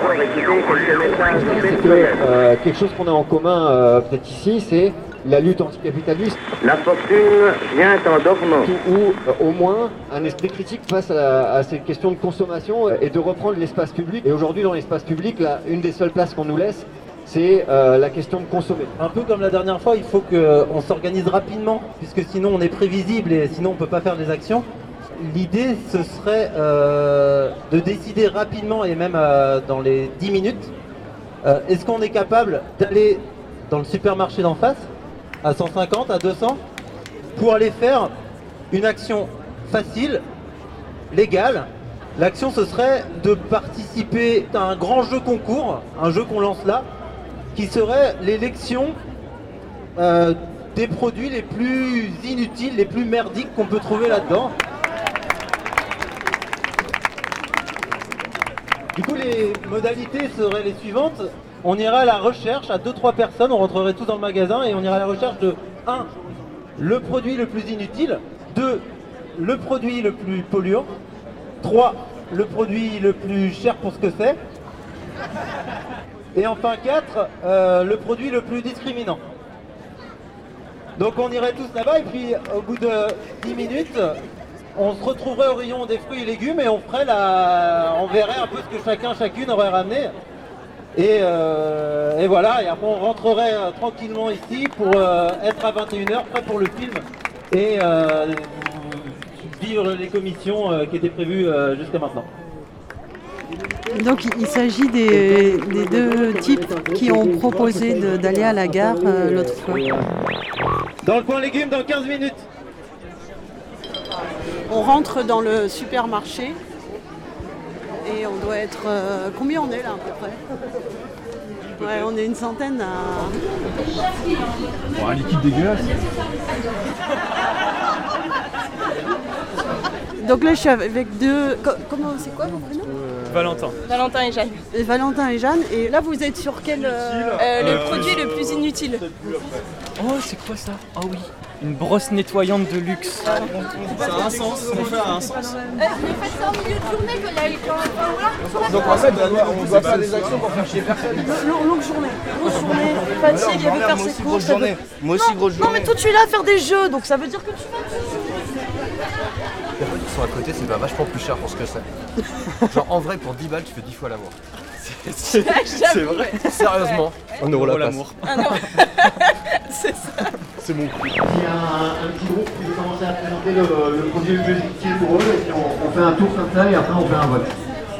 C'est que quelque chose qu'on a en commun peut-être ici, c'est la lutte anticapitaliste. La fortune vient en dormant. Ou au moins un esprit critique face à ces questions de consommation et de reprendre l'espace public. Et aujourd'hui dans l'espace public, là, une des seules places qu'on nous laisse, c'est la question de consommer. Un peu comme la dernière fois, il faut qu'on s'organise rapidement, puisque sinon on est prévisible et sinon on ne peut pas faire des actions. L'idée, ce serait de décider rapidement et même dans les 10 minutes, est-ce qu'on est capable d'aller dans le supermarché d'en face, à 150, à 200, pour aller faire une action facile, légale. L'action, ce serait de participer à un grand jeu concours, un jeu qu'on lance là, qui serait l'élection des produits les plus inutiles, les plus merdiques qu'on peut trouver là-dedans. Du coup, les modalités seraient les suivantes. On irait à la recherche à 2-3 personnes, on rentrerait tous dans le magasin et on irait à la recherche de 1. Le produit le plus inutile, 2. Le produit le plus polluant, 3. Le produit le plus cher pour ce que c'est, et enfin 4. Le produit le plus discriminant. Donc on irait tous là-bas et puis au bout de 10 minutes, on se retrouverait au rayon des fruits et légumes et on verrait un peu ce que chacune aurait ramené. Et voilà, et après on rentrerait tranquillement ici pour être à 21h, prêt pour le film et vivre les commissions qui étaient prévues jusqu'à maintenant. Donc il s'agit des deux types qui ont proposé d'aller à la gare l'autre fois. Dans le coin légumes dans 15 minutes. On rentre dans le supermarché et on doit être... combien on est là à peu près ? Ouais, on est une centaine à... Bon, un liquide dégueulasse. Donc là je suis avec deux... Comment c'est quoi vos prénoms ? Valentin et Jeanne. Valentin et Jeanne. Et là vous êtes sur quel... le produit le plus inutile. Oh, c'est quoi ça? Ah oui, une brosse nettoyante de luxe. Ça a un sens, on fait un sens. Mais faites ça au milieu de journée que là, voilà. Donc en fait, on doit faire des actions pour faire chier personne. Longue journée. Grosse journée. Fatigue, il veut faire ses courses. Moi aussi, grosse journée. Non, mais toi, tu es là à faire des jeux, donc ça veut dire que tu vas. Les trucs qui sont à côté, c'est vachement plus cher pour ce que c'est. Genre en vrai, pour 10 balles, tu fais 10 fois l'amour. C'est vrai. Sérieusement, on euro l'amour. Ah non. C'est ça. C'est mon coup. Il y a un petit groupe qui veut commencer à présenter le produit le plus utile pour eux, et puis on fait un tour comme ça et après on fait un vote.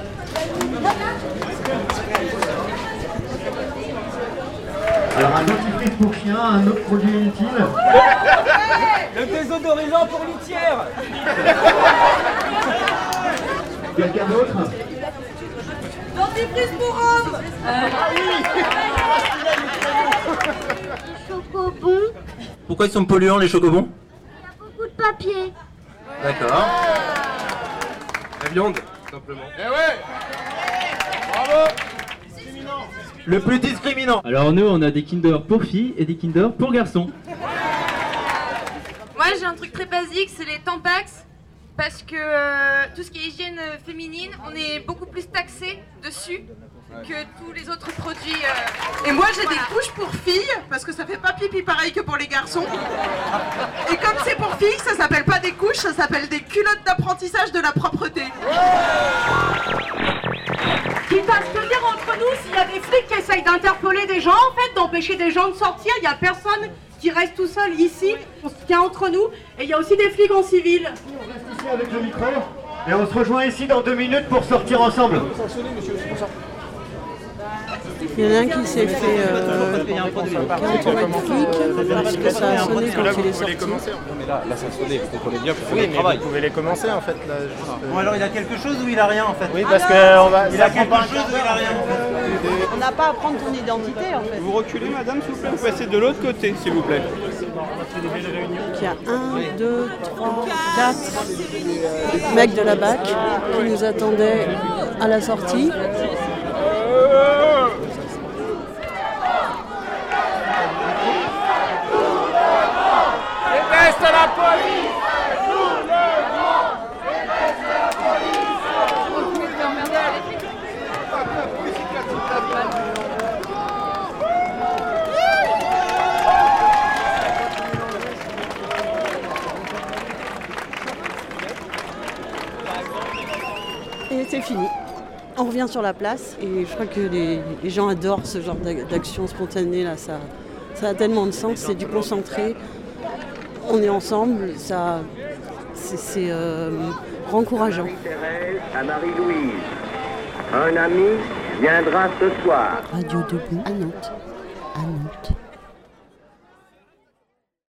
Alors un dentifrice pour chien, un autre produit inutile. Le désodorisant pour litière. Quelqu'un d'autre? Dentifrice pour homme. Chocobon. Pourquoi ils sont polluants les chocobons? Il y a beaucoup de papier. D'accord. La viande, simplement. Eh ouais. Bravo. Le plus discriminant. Alors nous on a des Kinder pour filles et des Kinder pour garçons. Moi j'ai un truc très basique, c'est les Tampax. Parce que tout ce qui est hygiène féminine, on est beaucoup plus taxé dessus que tous les autres produits. Et moi j'ai des couches pour filles, parce que ça fait pas pipi pareil que pour les garçons. Et comme c'est pour filles, ça s'appelle pas des couches, ça s'appelle des culottes d'apprentissage de la propreté. Quitte à se dire entre nous, s'il y a des flics qui essayent d'interpeller des gens, en fait, d'empêcher des gens de sortir, il n'y a personne qui reste tout seul ici, on se tient entre nous, et il y a aussi des flics en civil. On reste ici avec le micro et on se rejoint ici dans 2 minutes pour sortir ensemble. Il y en a un qui s'est fait entouré de flics parce que ça a sonné quand il est sorti. Non mais là ça a sonné, faut qu'on est bien pour Oui, le mais travail. vous pouvez les commencer en fait là. Bon alors il a quelque chose ou il a rien en fait? Oui, parce que on va. Il a quelque chose ou il a rien? On n'a pas à prendre ton identité en fait. Vous reculez, madame, s'il vous plaît. Vous passez de l'autre côté, s'il vous plaît. Donc il y a 1, 2, 3, 4 mecs de la BAC qui nous attendaient à la sortie. Déteste la police. fini. On revient sur la place et je crois que les gens adorent ce genre d'action spontanée là, ça a tellement de sens, c'est du concentré, on est ensemble, c'est rencourageant. Marie-Thérèse à Marie-Louise. Un ami viendra ce soir. Radio Debout à Nantes.